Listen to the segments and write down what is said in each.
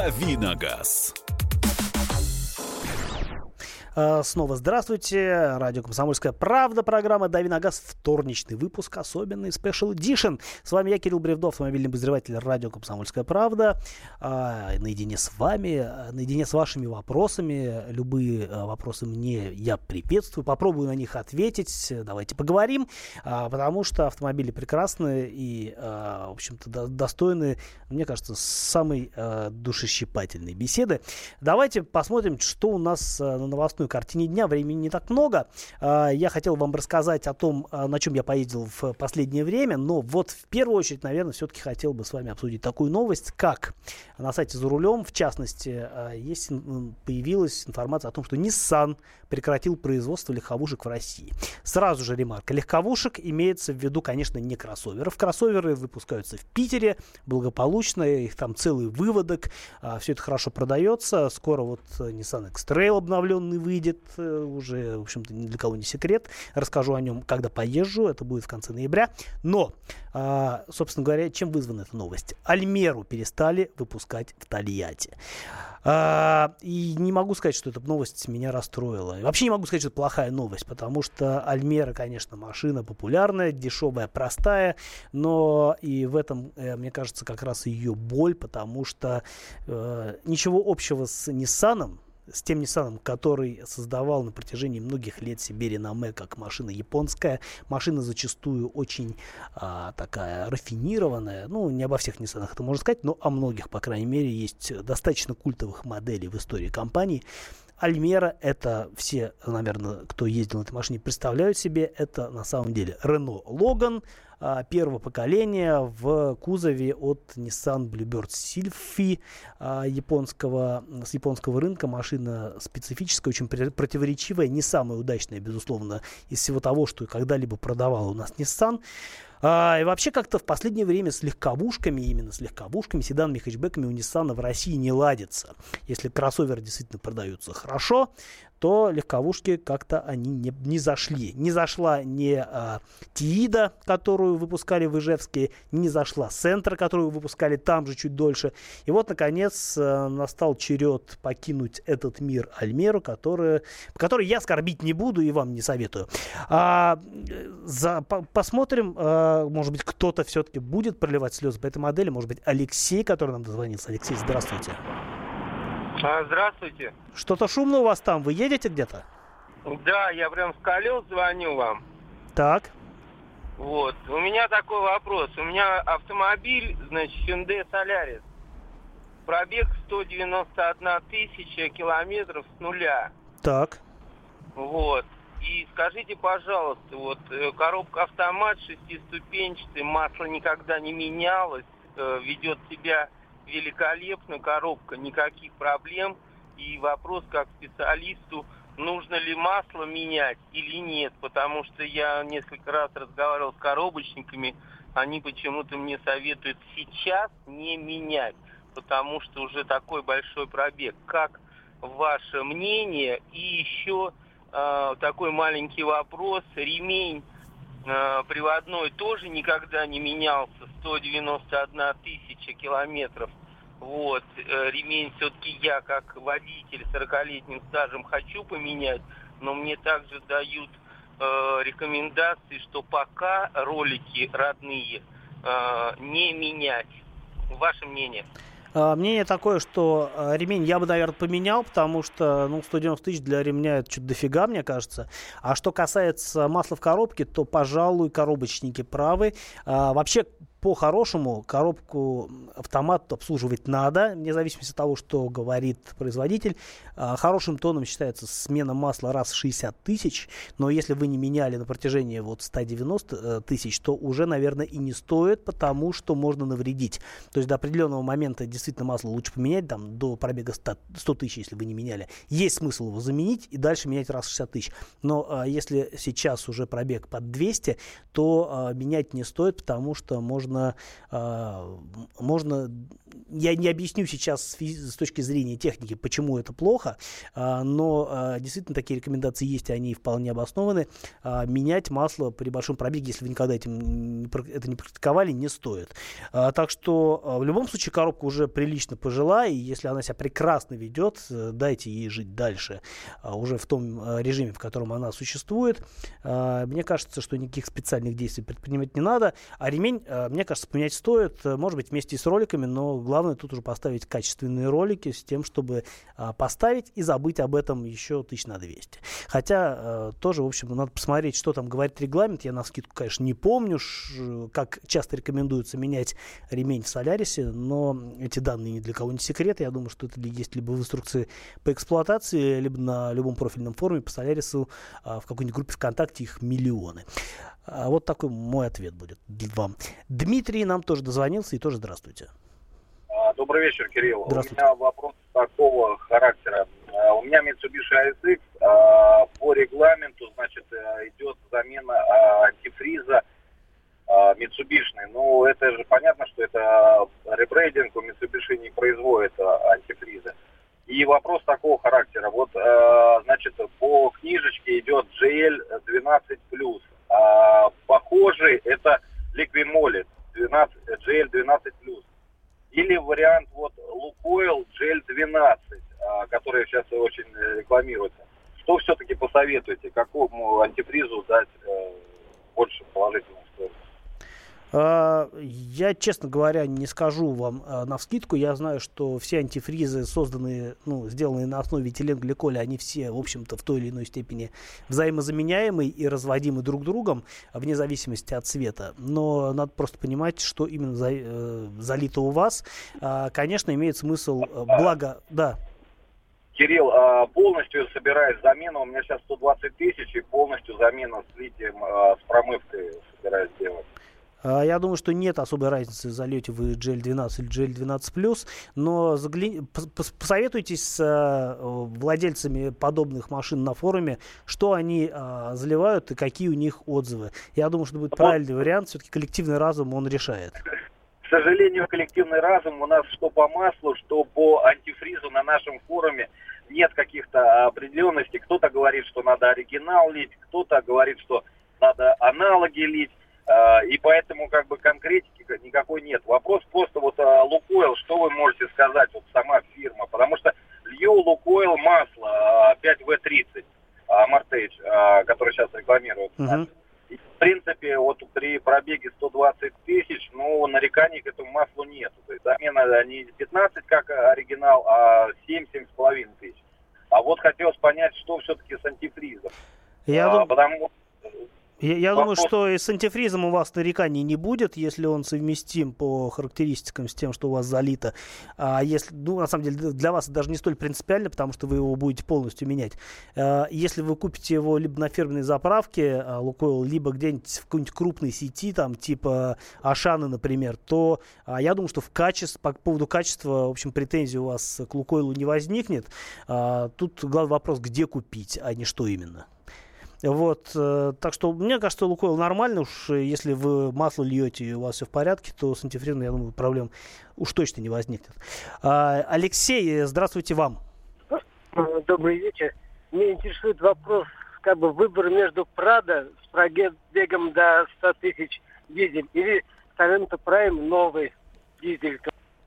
Давиногаз. Снова здравствуйте. Радио «Комсомольская правда». Программа «Дави на газ». Вторничный выпуск. Особенный Special Edition. С вами я, Кирилл Бревдов, автомобильный обозреватель радио «Комсомольская правда». Наедине с вами, наедине с вашими вопросами. Любые вопросы мне я приветствую. Попробую на них ответить. Давайте поговорим. Потому что автомобили прекрасны и, в общем-то, достойны, мне кажется, самой душещипательной беседы. Давайте посмотрим, что у нас на новостной картине дня. Времени не так много. Я хотел вам рассказать о том, на чем я поездил в последнее время, но вот в первую очередь, наверное, все-таки хотел бы с вами обсудить такую новость, как на сайте «За рулем», в частности, появилась информация о том, что Nissan прекратил производство легковушек в России. Сразу же ремарка. Легковушек имеется в виду, конечно, не кроссоверов. Кроссоверы выпускаются в Питере благополучно, их там целый выводок, все это хорошо продается. Скоро вот Nissan X-Trail обновленный выйдет, уже, в общем-то, ни для кого не секрет. Расскажу о нем, когда поезжу, это будет в конце ноября. Но, собственно говоря, чем вызвана эта новость? Альмеру перестали выпускать в Тольятти. И не могу сказать, что эта новость меня расстроила. Вообще не могу сказать, что это плохая новость, потому что Альмера, конечно, машина популярная, дешевая, простая, но и в этом, мне кажется, как раз ее боль, потому что ничего общего с Ниссаном, с тем Ниссаном, который создавал на протяжении многих лет себе реноме как машина японская. Машина зачастую очень такая рафинированная. Ну, не обо всех Ниссанах это можно сказать, но о многих, по крайней мере, есть достаточно культовых моделей в истории компании. Альмера, это все, наверное, кто ездил на этой машине, представляют себе, это на самом деле Renault Logan первого поколения в кузове от Nissan Bluebird Sylphy с японского рынка. Машина специфическая, очень противоречивая, не самая удачная, безусловно, из всего того, что когда-либо продавал у нас Nissan. И вообще как-то в последнее время с легковушками, именно с легковушками, седанами, хэтчбеками у Ниссана в России не ладится. Если кроссоверы действительно продаются хорошо, то легковушки как-то они не зашли. Не зашла ни Тиида, которую выпускали в Ижевске, не зашла Сентра, которую выпускали там же чуть дольше. И вот, наконец, настал черед покинуть этот мир Альмеру, который я скорбить не буду и вам не советую. Посмотрим, может быть, кто-то все-таки будет проливать слезы по этой модели. Может быть, Алексей, который нам дозвонился. Алексей, здравствуйте. Здравствуйте. Что-то шумно у вас там. Вы едете где-то? Да, я прям с колес звоню вам. Так. Вот. У меня такой вопрос. У меня автомобиль, значит, Hyundai Solaris. Пробег 191 тысяча километров с нуля. Так. Вот. И скажите, пожалуйста, вот коробка автомат шестиступенчатый, масло никогда не менялось, ведет себя великолепно, коробка, никаких проблем. И вопрос как специалисту, нужно ли масло менять или нет, потому что я несколько раз разговаривал с коробочниками, они почему-то мне советуют сейчас не менять, потому что уже такой большой пробег. Как ваше мнение? И еще такой маленький вопрос. Ремень приводной тоже никогда не менялся, 191 тысяча километров. Вот, ремень все-таки я, как водитель с 40-летним стажем, хочу поменять, но мне также дают рекомендации, что пока ролики родные не менять. Ваше мнение? Мнение такое, что ремень я бы, наверное, поменял, потому что 190 тысяч для ремня это что-то дофига, мне кажется. А что касается масла в коробке, то, пожалуй, коробочники правы. Вообще, по-хорошему, коробку автомат обслуживать надо, вне зависимости от того, что говорит производитель. Хорошим тоном считается смена масла раз в 60 тысяч, но если вы не меняли на протяжении 190 тысяч, то уже, наверное, и не стоит, потому что можно навредить. То есть до определенного момента действительно масло лучше поменять, там, до пробега 100 тысяч, если вы не меняли. Есть смысл его заменить и дальше менять раз в 60 тысяч. Но если сейчас уже пробег под 200, то менять не стоит, потому что можно я не объясню сейчас с точки зрения техники, почему это плохо, но действительно такие рекомендации есть, и они вполне обоснованы. Менять масло при большом пробеге, если вы никогда это не практиковали, не стоит. Так что в любом случае коробка уже прилично пожила, и если она себя прекрасно ведет, дайте ей жить дальше, уже в том режиме, в котором она существует. Мне кажется, что никаких специальных действий предпринимать не надо, а ремень, мне кажется, поменять стоит, может быть, вместе с роликами, но главное тут уже поставить качественные ролики с тем, чтобы поставить и забыть об этом еще 1200. Хотя тоже, в общем, надо посмотреть, что там говорит регламент. Я навскидку, конечно, не помню, как часто рекомендуется менять ремень в Солярисе, но эти данные ни для кого не секрет. Я думаю, что это есть либо в инструкции по эксплуатации, либо на любом профильном форуме по Солярису, в какой-нибудь группе ВКонтакте их миллионы. Вот такой мой ответ будет вам. Дмитрий нам тоже дозвонился, и тоже здравствуйте. Добрый вечер, Кирилл. У меня вопрос такого характера. У меня Mitsubishi ASX, по регламенту, значит, идет замена антифриза Mitsubishi. Ну, это же понятно, что это ребрейдинг, у Mitsubishi не производит антифриза. И вопрос такого характера. Вот, значит, по книжечке идет GL12+. Похожий это Liqui-Moly GL12+. Или вариант вот Lukoil GL12, который сейчас очень рекламируется. Что все-таки посоветуете? Какому антифризу дать больше положительных стоимость? Я, честно говоря, не скажу вам навскидку. Я знаю, что все антифризы, созданные, сделанные на основе этиленгликоля, они все, в общем-то, в той или иной степени взаимозаменяемы и разводимы друг другом, вне зависимости от цвета. Но надо просто понимать, что именно залито у вас. Конечно, имеет смысл, да. Кирилл, полностью собираюсь замену. У меня сейчас 120 тысяч, и полностью замена с литием, с промывкой собираюсь делать. Я думаю, что нет особой разницы, залете вы GL12 или GL12+, но посоветуйтесь с владельцами подобных машин на форуме, что они заливают и какие у них отзывы. Я думаю, что будет правильный вариант, все-таки коллективный разум он решает. К сожалению, коллективный разум у нас что по маслу, что по антифризу на нашем форуме нет каких-то определенностей. Кто-то говорит, что надо оригинал лить, кто-то говорит, что надо аналоги лить. И поэтому конкретики никакой нет. Вопрос просто Lukoil, что вы можете сказать, сама фирма? Потому что лью Lukoil масло 5В30 Martage, который сейчас рекламируют. И, в принципе, при пробеге 120 тысяч, нареканий к этому маслу нет. То есть замена не 15 как оригинал, а 7-7,5 тысяч. А хотелось понять, что все-таки с антифризом. Я думаю, что и с антифризом у вас нареканий не будет, если он совместим по характеристикам с тем, что у вас залито. А если, на самом деле, для вас это даже не столь принципиально, потому что вы его будете полностью менять. Если вы купите его либо на фирменной заправке Lukoil, либо где-нибудь в какой-нибудь крупной сети, типа Ашаны, например, то я думаю, что по поводу качества, в общем, претензий у вас к Lukoil не возникнет. Тут главный вопрос, где купить, а не что именно. Так что, мне кажется, Lukoil нормально. Уж если вы масло льете и у вас все в порядке, то с антифризом, я думаю, проблем уж точно не возникнет. Алексей, здравствуйте вам. Добрый вечер. Меня интересует вопрос, выбор между Prado с пробегом до 100 тысяч дизель или Sorento Prime новый дизель.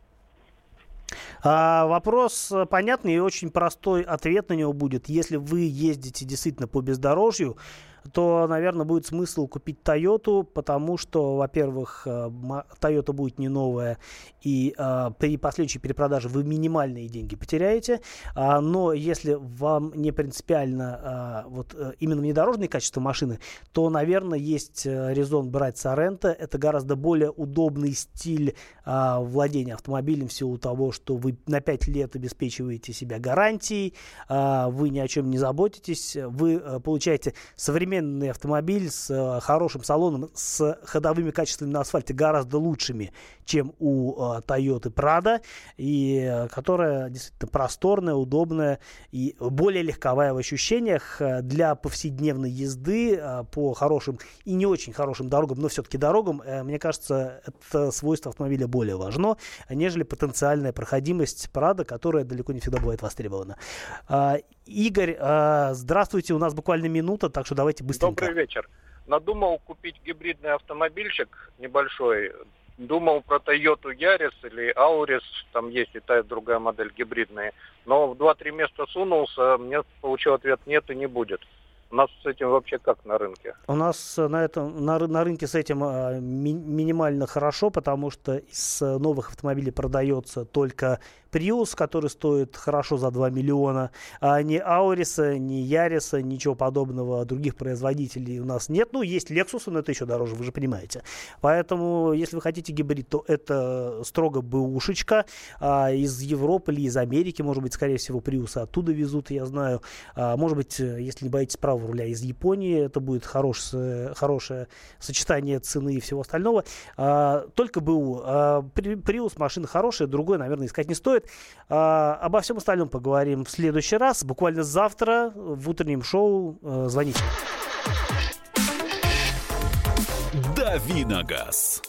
Вопрос понятный и очень простой ответ на него будет. Если вы ездите действительно по бездорожью, то, наверное, будет смысл купить Toyota, потому что, во-первых, Toyota будет не новая, и при последующей перепродаже вы минимальные деньги потеряете. Но если вам не принципиально именно внедорожное качество машины, то, наверное, есть резон брать Sorento. Это гораздо более удобный стиль владения автомобилем в силу того, что вы на 5 лет обеспечиваете себя гарантией, вы ни о чем не заботитесь, вы получаете современный современный автомобиль с хорошим салоном, с ходовыми качествами на асфальте гораздо лучшими, чем у Toyota Prado, и которая действительно просторная, удобная и более легковая в ощущениях для повседневной езды по хорошим и не очень хорошим дорогам, но все-таки дорогам. Мне кажется, это свойство автомобиля более важно, нежели потенциальная проходимость Prado, которая далеко не всегда бывает востребована. Игорь, здравствуйте, у нас буквально минута, так что давайте быстренько. Добрый вечер. Надумал купить гибридный автомобильчик небольшой. Думал про Toyota Yaris или Auris, там есть и та, и другая модель гибридные. Но в 2-3 места сунулся, мне получил ответ нет и не будет. У нас с этим вообще как на рынке? У нас на рынке с этим минимально хорошо, потому что из новых автомобилей продается только Prius, который стоит хорошо за 2 миллиона, а ни Auris, ни Yaris, ничего подобного других производителей у нас нет. Ну, есть Lexus, но это еще дороже, вы же понимаете. Поэтому, если вы хотите гибрид, то это строго бэушечка из Европы или из Америки, может быть, скорее всего, Prius оттуда везут, я знаю. Может быть, если не боитесь правого руля, из Японии, это будет хорошее сочетание цены и всего остального. Только БУ. Prius машина хорошая, другой, наверное, искать не стоит. Обо всем остальном поговорим в следующий раз. Буквально завтра в утреннем шоу. Звоните. Давиногаз.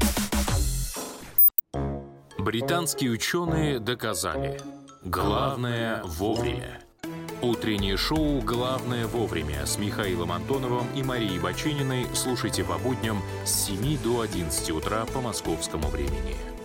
Британские ученые доказали: главное вовремя. Утреннее шоу «Главное вовремя» с Михаилом Антоновым и Марией Бачининой слушайте по будням с 7 до 11 утра по московскому времени.